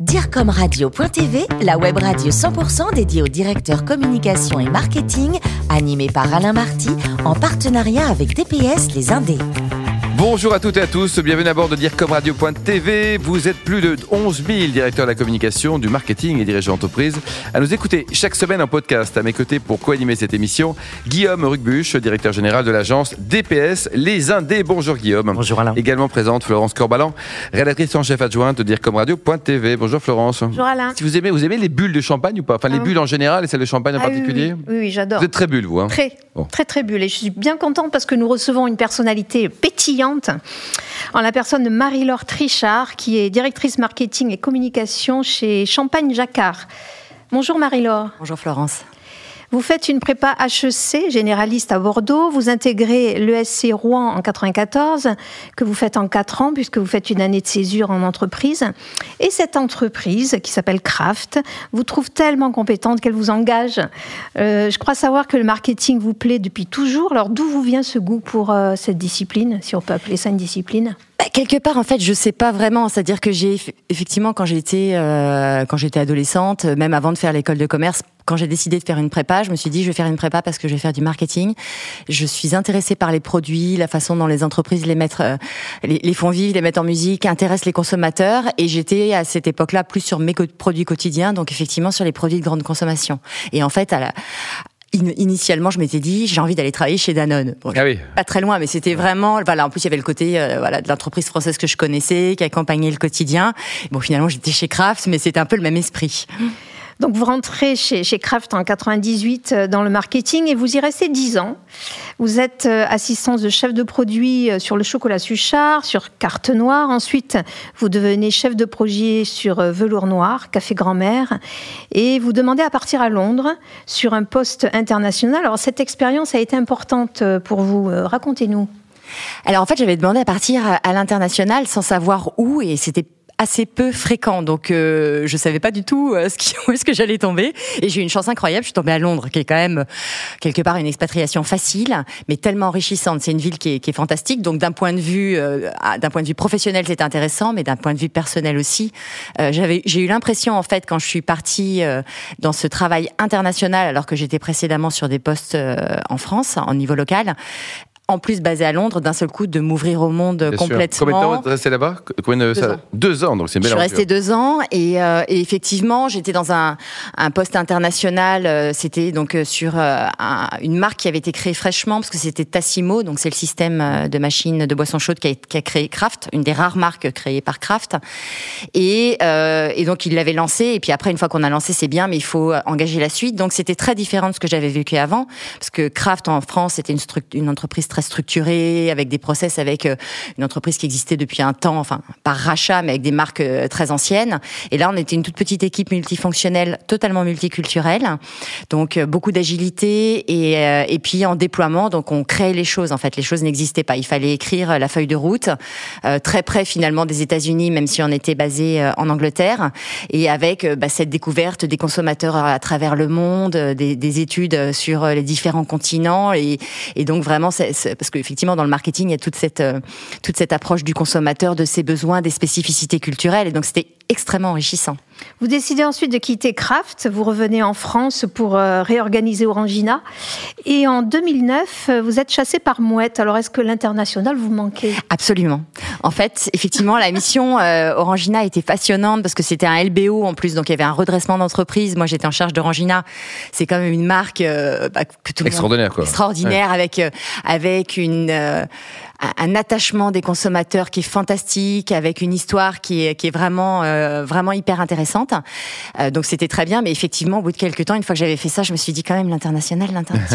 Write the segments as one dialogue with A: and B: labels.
A: DIRCOMradio.tv, la web radio 100% dédiée aux directeurs communication et marketing, animée par Alain Marty, en partenariat avec TPS Les Indés.
B: Bonjour à toutes et à tous, bienvenue à bord de DIRCOMradio.tv. Vous êtes plus de 11 000 directeurs de la communication, du marketing et dirigeants d'entreprise à nous écouter chaque semaine en podcast. À mes côtés pour co-animer cette émission, Guillaume Rucbuche, directeur général de l'agence DPS Les Indés. Bonjour Guillaume.
C: Bonjour Alain.
B: Également présente Florence Corbalan, rédactrice en chef adjointe de DIRCOMradio.tv. Bonjour Florence.
D: Bonjour Alain.
B: Si vous aimez les bulles de champagne ou pas? Enfin les bulles en général et celles de champagne en particulier?
D: Oui, j'adore.
B: Vous êtes très bulle vous hein?
D: Très bulle. Et je suis bien contente parce que nous recevons une personnalité pétillante en la personne de Marie-Laure Trichard, qui est directrice marketing et communication chez Champagne Jacquard. Bonjour Marie-Laure.
E: Bonjour Florence.
D: Vous faites une prépa HEC, généraliste à Bordeaux. Vous intégrez l'ESC Rouen en 94, que vous faites en 4 ans, puisque vous faites une année de césure en entreprise. Et cette entreprise, qui s'appelle Kraft, vous trouve tellement compétente qu'elle vous engage. Je crois savoir que le marketing vous plaît depuis toujours. Alors, d'où vous vient ce goût pour cette discipline, si on peut appeler ça une discipline ?
E: Quelque part, en fait, je sais pas vraiment. C'est-à-dire que j'ai effectivement, quand j'étais adolescente, même avant de faire l'école de commerce, quand j'ai décidé de faire une prépa, je me suis dit, je vais faire une prépa parce que je vais faire du marketing. Je suis intéressée par les produits, la façon dont les entreprises les font vivre, les mettent en musique, intéressent les consommateurs. Et j'étais à cette époque-là plus sur mes produits quotidiens, donc effectivement sur les produits de grande consommation. Et en fait, initialement, je m'étais dit, j'ai envie d'aller travailler chez Danone. Bon,
B: ah oui.
E: Pas très loin, mais c'était vraiment, voilà. En plus, il y avait le côté, de l'entreprise française que je connaissais, qui accompagnait le quotidien. Bon, finalement, j'étais chez Kraft, mais c'était un peu le même esprit.
D: Donc, vous rentrez chez Kraft en 98 dans le marketing et vous y restez 10 ans. Vous êtes assistante de chef de produit sur le chocolat Suchard, sur carte noire. Ensuite, vous devenez chef de projet sur velours noir, café grand-mère. Et vous demandez à partir à Londres sur un poste international. Alors, cette expérience a été importante pour vous. Racontez-nous.
E: Alors, en fait, j'avais demandé à partir à l'international sans savoir où, et c'était assez peu fréquent, donc je savais pas du tout où est-ce que j'allais tomber, et j'ai eu une chance incroyable. Je suis tombée à Londres, qui est quand même quelque part une expatriation facile, mais tellement enrichissante. C'est une ville qui est fantastique, donc d'un point de vue professionnel, c'était intéressant, mais d'un point de vue personnel aussi. J'ai eu l'impression, en fait, quand je suis partie dans ce travail international, alors que j'étais précédemment sur des postes en France, en niveau local, en plus basé à Londres, d'un seul coup, de m'ouvrir au monde
B: Bien
E: complètement.
B: Sûr. Combien de temps vous êtes resté là-bas? 2 ans, donc c'est une belle aventure.
E: Je suis restée 2 ans et effectivement, j'étais dans un poste international. C'était donc sur une marque qui avait été créée fraîchement, parce que c'était Tassimo, donc c'est le système de machines de boissons chaudes qui a créé Kraft, une des rares marques créées par Kraft. Et donc, il l'avait lancé. Et puis après, une fois qu'on a lancé, c'est bien, mais il faut engager la suite. Donc, c'était très différent de ce que j'avais vécu avant, parce que Kraft, en France, c'était une entreprise très structurée, avec des process, avec une entreprise qui existait depuis un temps, enfin par rachat, mais avec des marques très anciennes. Et là, on était une toute petite équipe multifonctionnelle, totalement multiculturelle, donc beaucoup d'agilité et puis en déploiement. Donc on créait les choses. En fait, les choses n'existaient pas. Il fallait écrire la feuille de route, très près finalement des États-Unis, même si on était basé en Angleterre, et avec cette découverte des consommateurs à travers le monde, des études sur les différents continents, et donc vraiment parce qu'effectivement, dans le marketing, il y a toute cette approche du consommateur, de ses besoins, des spécificités culturelles. Et donc, c'était extrêmement enrichissant.
D: Vous décidez ensuite de quitter Kraft. Vous revenez en France pour réorganiser Orangina. Et en 2009, vous êtes chassé par Mouette. Alors, est-ce que l'international vous manquait?
E: Absolument. En fait, effectivement, la mission Orangina était passionnante parce que c'était un LBO en plus. Donc, il y avait un redressement d'entreprise. Moi, j'étais en charge d'Orangina. C'est quand même une marque que tout le
B: extraordinaire,
E: monde...
B: quoi.
E: Extraordinaire, ouais. avec un attachement des consommateurs qui est fantastique, avec une histoire qui est vraiment hyper intéressante. Donc c'était très bien, mais effectivement, au bout de quelques temps, une fois que j'avais fait ça, je me suis dit quand même l'international.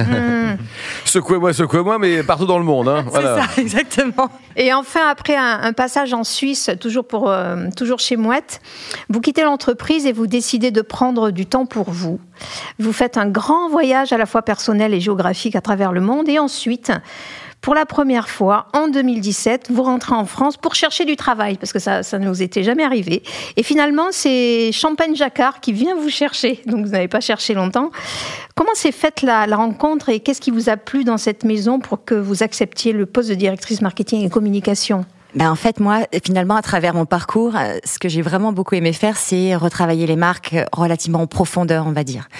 B: Secouez-moi, mais partout dans le monde. Hein. Voilà.
E: C'est ça, exactement.
D: Et enfin, après un passage en Suisse, toujours chez Mouette, vous quittez l'entreprise et vous décidez de prendre du temps pour vous. Vous faites un grand voyage à la fois personnel et géographique à travers le monde, et ensuite, pour la première fois, en 2017, vous rentrez en France pour chercher du travail, parce que ça ne nous était jamais arrivé. Et finalement, c'est Champagne Jacquard qui vient vous chercher. Donc, vous n'avez pas cherché longtemps. Comment s'est faite la rencontre et qu'est-ce qui vous a plu dans cette maison pour que vous acceptiez le poste de directrice marketing et communication ?
E: En fait, moi, finalement, à travers mon parcours, ce que j'ai vraiment beaucoup aimé faire, c'est retravailler les marques relativement en profondeur, on va dire.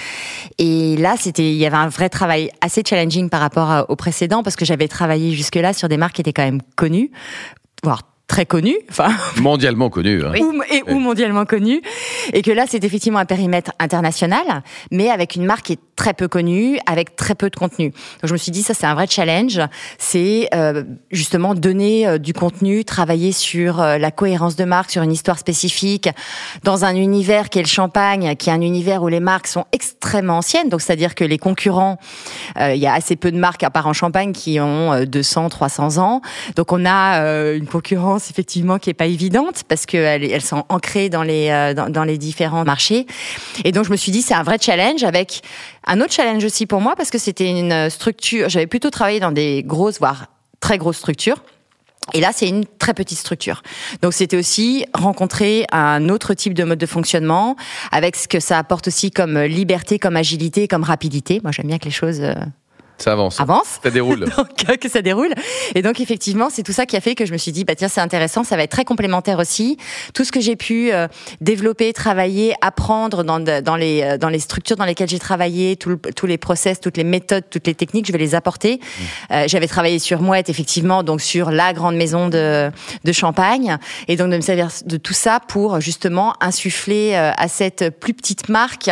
E: Et là, il y avait un vrai travail assez challenging par rapport au précédent, parce que j'avais travaillé jusque-là sur des marques qui étaient quand même connues, voire très connu,
B: mondialement connu, hein.
E: ou mondialement connu, et que là c'est effectivement un périmètre international, mais avec une marque qui est très peu connue, avec très peu de contenu. Donc je me suis dit ça c'est un vrai challenge, c'est justement donner du contenu, travailler sur la cohérence de marque, sur une histoire spécifique, dans un univers qui est le champagne, qui est un univers où les marques sont extrêmement anciennes, donc c'est-à-dire que les concurrents, il y a assez peu de marques à part en champagne qui ont 200, 300 ans, donc on a une concurrence effectivement qui est pas évidente parce que elles sont ancrées dans les différents marchés. Et donc je me suis dit c'est un vrai challenge, avec un autre challenge aussi pour moi parce que c'était une structure, j'avais plutôt travaillé dans des grosses voire très grosses structures. Et là, c'est une très petite structure. Donc, c'était aussi rencontrer un autre type de mode de fonctionnement avec ce que ça apporte aussi comme liberté, comme agilité, comme rapidité. Moi, j'aime bien que les choses
B: ça avance. Ça déroule.
E: Donc, que ça déroule. Et donc, effectivement, c'est tout ça qui a fait que je me suis dit, tiens, c'est intéressant, ça va être très complémentaire aussi. Tout ce que j'ai pu développer, travailler, apprendre dans les structures dans lesquelles j'ai travaillé, tous les process, toutes les méthodes, toutes les techniques, je vais les apporter. J'avais travaillé sur Moët, effectivement, donc sur la grande maison de Champagne. Et donc, de me servir de tout ça pour, justement, insuffler à cette plus petite marque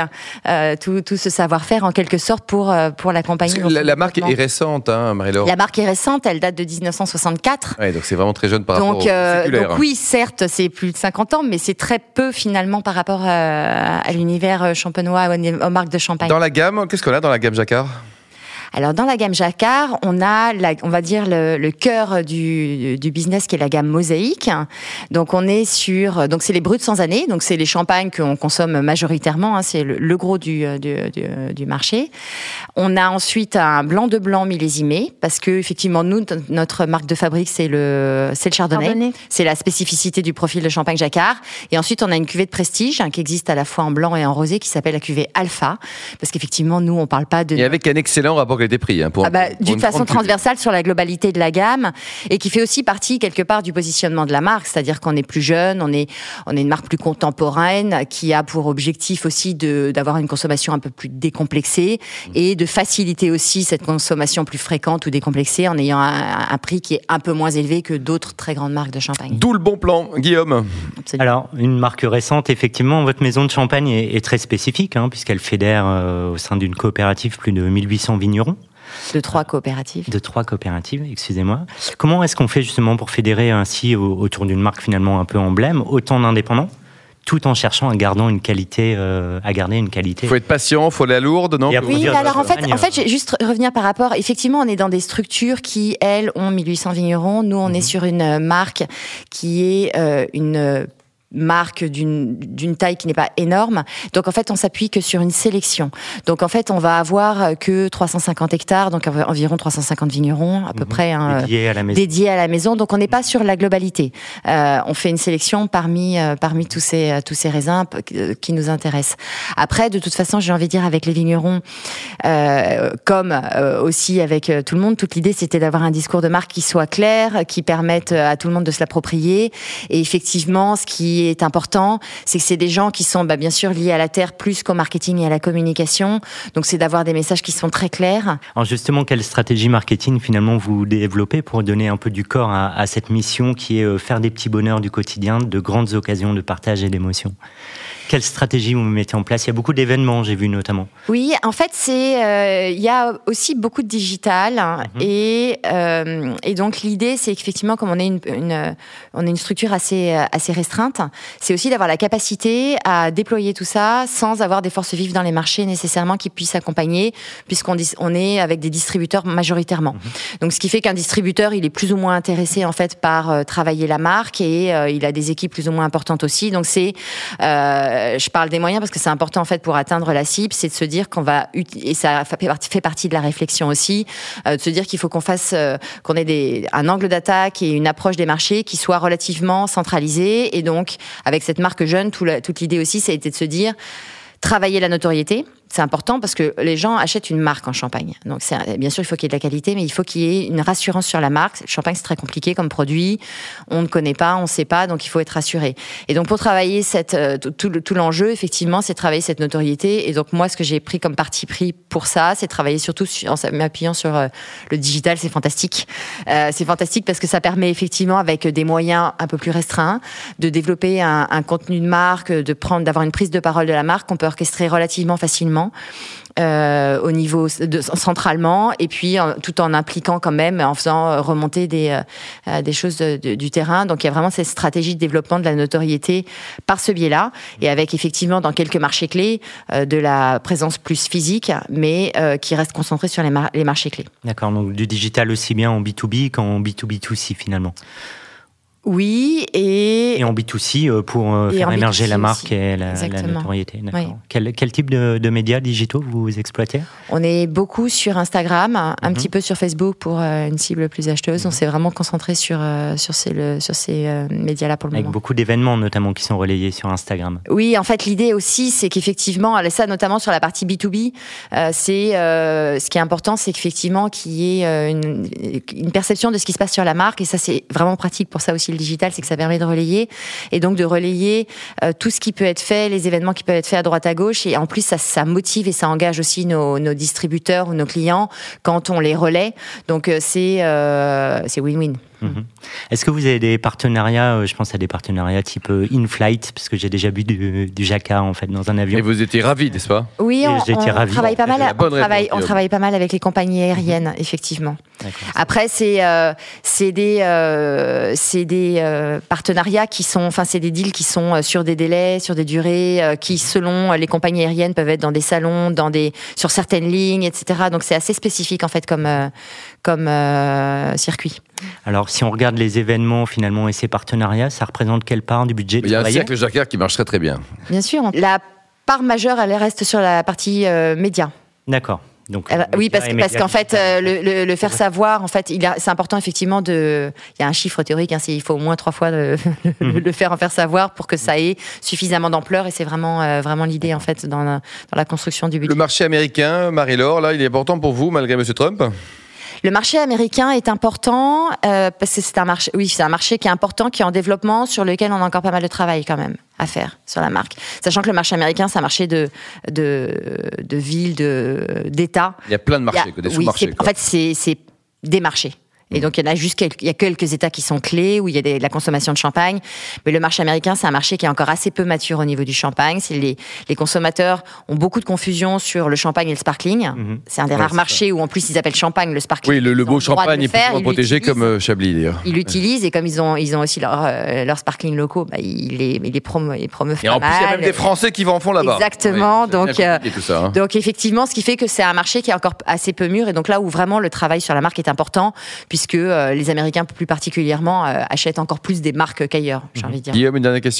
E: tout ce savoir-faire, en quelque sorte, pour l'accompagner.
B: La marque est récente, hein, Marie-Laure.
E: La marque est récente, elle date de 1964.
B: Ouais, donc c'est vraiment très jeune par rapport au séculaire.
E: Donc oui, certes, c'est plus de 50 ans, mais c'est très peu finalement par rapport à l'univers champenois, aux marques de champagne.
B: Dans la gamme, qu'est-ce qu'on a dans la gamme Jacquard ?
E: Alors dans la gamme Jacquard, on a on va dire le cœur du business qui est la gamme Mosaïque. Donc on est sur c'est les bruts sans année, donc c'est les champagnes qu'on consomme majoritairement, hein, c'est le gros du marché. On a ensuite un blanc de blanc millésimé parce que effectivement nous notre marque de fabrique c'est le Chardonnay. C'est la spécificité du profil de champagne Jacquard. Et ensuite on a une cuvée de prestige qui existe à la fois en blanc et en rosé qui s'appelle la cuvée Alpha parce qu'effectivement nous on parle pas de.
B: Et avec un excellent rapport qualité-prix.
E: D'une façon transversale sur la globalité de la gamme et qui fait aussi partie quelque part du positionnement de la marque, c'est-à-dire qu'on est plus jeune, on est une marque plus contemporaine qui a pour objectif aussi d'avoir une consommation un peu plus décomplexée et de faciliter aussi cette consommation plus fréquente ou décomplexée en ayant un prix qui est un peu moins élevé que d'autres très grandes marques de champagne.
B: D'où le bon plan, Guillaume.
C: Absolument. Alors, une marque récente, effectivement, votre maison de champagne est très spécifique, hein, puisqu'elle fédère au sein d'une coopérative plus de 1800 vignerons.
E: De 3 coopératives.
C: De 3 coopératives, excusez-moi. Comment est-ce qu'on fait justement pour fédérer ainsi autour d'une marque finalement un peu emblème, autant d'indépendants, tout en cherchant à garder une qualité, Il
B: faut être patient, il faut aller à Lourdes, non ?
E: Oui, alors en fait, je vais juste revenir par rapport. Effectivement, on est dans des structures qui, elles, ont 1800 vignerons. Nous, on est sur une marque qui est une marque d'une taille qui n'est pas énorme. Donc en fait, on s'appuie que sur une sélection. Donc en fait, on va avoir que 350 hectares, donc environ 350 vignerons à peu près dédiés à la maison. Donc on n'est pas sur la globalité. On fait une sélection parmi tous ces raisins qui nous intéressent. Après, de toute façon, j'ai envie de dire avec les vignerons, comme aussi avec tout le monde, toute l'idée c'était d'avoir un discours de marque qui soit clair, qui permette à tout le monde de se l'approprier. Et effectivement, ce qui est important, c'est que c'est des gens qui sont bien sûr liés à la terre plus qu'au marketing et à la communication. Donc c'est d'avoir des messages qui sont très clairs.
C: Alors justement, quelle stratégie marketing finalement vous développez pour donner un peu du corps à cette mission qui est faire des petits bonheurs du quotidien, de grandes occasions de partage et d'émotion ? Quelle stratégie vous mettez en place ? Il y a beaucoup d'événements, j'ai vu notamment.
E: Oui, en fait, il y a aussi beaucoup de digital et donc l'idée, c'est qu'effectivement, comme on est une structure assez restreinte, c'est aussi d'avoir la capacité à déployer tout ça sans avoir des forces vives dans les marchés nécessairement qui puissent accompagner, puisqu'on est avec des distributeurs majoritairement. Donc, ce qui fait qu'un distributeur, il est plus ou moins intéressé en fait par travailler la marque et il a des équipes plus ou moins importantes aussi. Donc, je parle des moyens parce que c'est important en fait pour atteindre la cible, c'est de se dire qu'on va, et ça fait partie de la réflexion aussi, de se dire qu'il faut qu'on ait un angle d'attaque et une approche des marchés qui soit relativement centralisée. Et donc avec cette marque jeune, toute l'idée aussi, ça a été de se dire travailler la notoriété, c'est important parce que les gens achètent une marque en champagne. Donc, bien sûr, il faut qu'il y ait de la qualité, mais il faut qu'il y ait une rassurance sur la marque. Le champagne, c'est très compliqué comme produit. On ne connaît pas, on ne sait pas, donc il faut être rassuré. Et donc, pour travailler tout l'enjeu, effectivement, c'est travailler cette notoriété. Et donc, moi, ce que j'ai pris comme parti pris pour ça, c'est travailler surtout en m'appuyant sur le digital. C'est fantastique. C'est fantastique parce que ça permet effectivement, avec des moyens un peu plus restreints, de développer un contenu de marque, d'avoir une prise de parole de la marque qu'on peut orchestrer relativement facilement au niveau centralement, et puis tout en impliquant quand même, en faisant remonter des choses du terrain. Donc il y a vraiment cette stratégie de développement de la notoriété par ce biais-là, et avec effectivement dans quelques marchés clés de la présence plus physique, mais qui reste concentrée sur les marchés clés.
C: D'accord, donc du digital aussi bien en B2B qu'en B2B2C finalement.
E: Oui, et
C: en B2C pour faire émerger la marque
E: aussi.
C: Et la notoriété. D'accord. Oui. Quel type de médias digitaux vous exploitez ?
E: On est beaucoup sur Instagram, un petit peu sur Facebook pour une cible plus acheteuse. On s'est vraiment concentré sur ces médias-là pour le moment.
C: Avec beaucoup d'événements notamment qui sont relayés sur Instagram.
E: Oui, en fait, l'idée aussi, c'est qu'effectivement, ça notamment sur la partie B2B, ce qui est important, c'est qu'effectivement, qu'il y ait une perception de ce qui se passe sur la marque, et ça, c'est vraiment pratique pour ça aussi, le digital, c'est que ça permet de relayer, et donc de relayer tout ce qui peut être fait, les événements qui peuvent être faits à droite à gauche, et en plus ça motive et ça engage aussi nos distributeurs ou nos clients quand on les relaie, donc c'est win-win.
C: Est-ce que vous avez des partenariats, je pense à des partenariats type in-flight, parce que j'ai déjà bu du Jacquard en fait dans un avion.
B: Et vous étiez ravis, n'est-ce pas ?
E: Oui, on travaille pas mal. On travaille pas mal avec les compagnies aériennes, effectivement.
C: D'accord.
E: Après, c'est des partenariats qui sont, enfin, c'est des deals qui sont sur des délais, sur des durées, qui selon les compagnies aériennes peuvent être dans des salons, sur certaines lignes, etc. Donc c'est assez spécifique en fait comme circuit.
C: Alors, si on regarde les événements finalement et ces partenariats, ça représente quelle part du budget ?
B: Il y a un cercle Jacquard qui marcherait très bien.
E: Bien sûr. La part majeure, elle reste sur la partie média.
C: D'accord. Donc,
E: oui, parce qu'en fait, le faire savoir, en fait, c'est important effectivement il y a un chiffre théorique, il faut au moins 3 fois le faire savoir pour que ça ait suffisamment d'ampleur, et c'est vraiment l'idée en fait dans la construction du budget.
B: Le marché américain, Marie-Laure, là, il est important pour vous malgré M. Trump ?
E: Le marché américain est important parce que c'est un marché qui est important, qui est en développement, sur lequel on a encore pas mal de travail quand même à faire sur la marque. Sachant que le marché américain, c'est un marché de villes, d'États.
B: Il y a plein de marchés, des sous-marchés.
E: En fait, c'est des marchés. Et donc, il y a quelques États qui sont clés, où il y a la consommation de champagne. Mais le marché américain, c'est un marché qui est encore assez peu mature au niveau du champagne. Les consommateurs ont beaucoup de confusion sur le champagne et le sparkling. C'est un des rares marchés où, en plus, ils appellent champagne le sparkling.
B: Oui, le beau champagne est plus protégé comme Chablis, d'ailleurs.
E: Ils l'utilisent, et comme ils ont aussi leurs sparkling locaux, ils les promeuvent pas mal.
B: Et en plus, il y a même des Français qui en font là-bas.
E: Exactement.
B: Oui,
E: donc, effectivement, ce qui fait que c'est un marché qui est encore assez peu mûr, et donc là où vraiment le travail sur la marque est important, puisque les Américains plus particulièrement achètent encore plus des marques qu'ailleurs, j'ai envie de dire.
B: Guillaume, une dernière question ?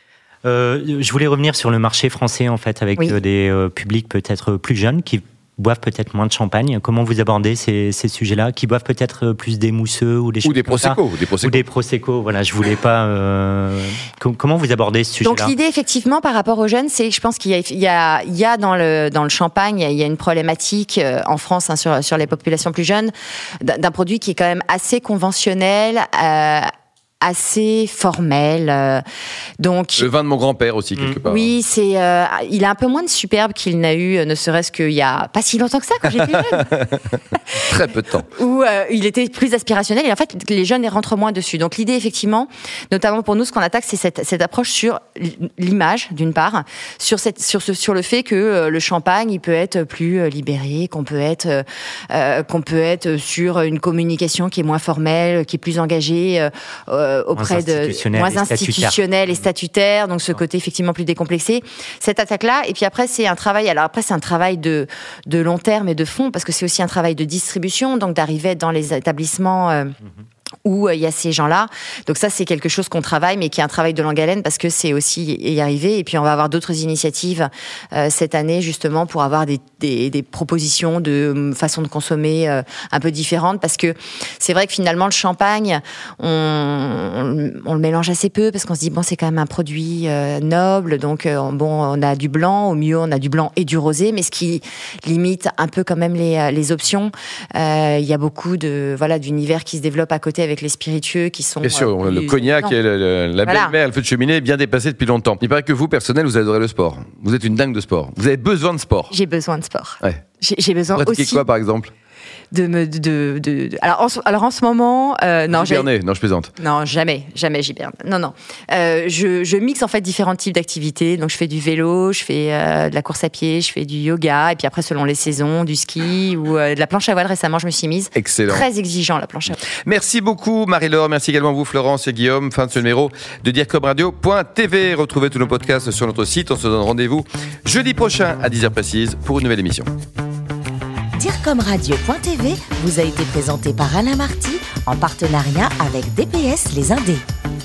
C: Je voulais revenir sur le marché français en fait, avec des publics peut-être plus jeunes qui boivent peut-être moins de champagne. Comment vous abordez ces sujets-là, qui boivent peut-être plus des mousseux ou des choses comme ça, ou des prosecco. Voilà, je voulais pas. Comment vous abordez ce sujet-là ?
E: Donc l'idée, effectivement, par rapport aux jeunes, c'est, je pense qu'il y a dans le champagne, il y a une problématique en France sur les populations plus jeunes d'un produit qui est quand même assez conventionnel. Assez formel, donc
B: le vin de mon grand-père aussi quelque part.
E: Oui, il a un peu moins de superbe qu'il n'a eu, ne serait-ce qu'il y a pas si longtemps que ça, quand j'étais jeune.
B: Très peu de temps.
E: Où il était plus aspirationnel, et en fait les jeunes y rentrent moins dessus. Donc l'idée, effectivement, notamment pour nous, ce qu'on attaque, c'est cette approche sur l'image d'une part, sur le fait que le champagne, il peut être plus libéré, qu'on peut être sur une communication qui est moins formelle, qui est plus engagée. Auprès de moins institutionnel et statutaire, donc ce côté effectivement plus décomplexé, cette attaque-là. Et puis après, c'est un travail de long terme et de fond, parce que c'est aussi un travail de distribution, donc d'arriver dans les établissements où il y a ces gens-là. Donc ça, c'est quelque chose qu'on travaille, mais qui est un travail de longue haleine parce que c'est aussi y arriver. Et puis on va avoir d'autres initiatives cette année justement pour avoir des propositions de façon de consommer un peu différentes, parce que c'est vrai que finalement le champagne, on le mélange assez peu parce qu'on se dit bon, c'est quand même un produit noble, donc on a du blanc, au mieux on a du blanc et du rosé, mais ce qui limite un peu quand même les options. Il y a beaucoup d'univers qui se développent à côté avec les spiritueux qui sont...
B: Bien sûr, le cognac et la belle-mère, le feu de cheminée, bien dépassé depuis longtemps. Il paraît que vous, personnel, vous adorez le sport. Vous êtes une dingue de sport. Vous avez besoin de sport.
E: J'ai besoin de sport.
B: Ouais.
E: J'ai besoin
B: pratiquez
E: aussi...
B: quoi, par exemple ?
E: Alors en ce moment, non,
B: non, je plaisante.
E: Non, jamais j'hiberne. Non. Je mixe en fait différents types d'activités. Donc je fais du vélo, je fais de la course à pied, je fais du yoga, et puis après selon les saisons, du ski ou de la planche à voile. Récemment, je me suis mise.
B: Excellent.
E: Très exigeant la planche à voile.
B: Merci beaucoup Marie-Laure, merci également vous Florence et Guillaume. Fin de ce numéro de DireComRadio.tv. Retrouvez tous nos podcasts sur notre site. On se donne rendez-vous jeudi prochain à 10h précise pour une nouvelle émission.
A: DireComRadio.tv vous a été présenté par Alain Marty en partenariat avec DPS Les Indés.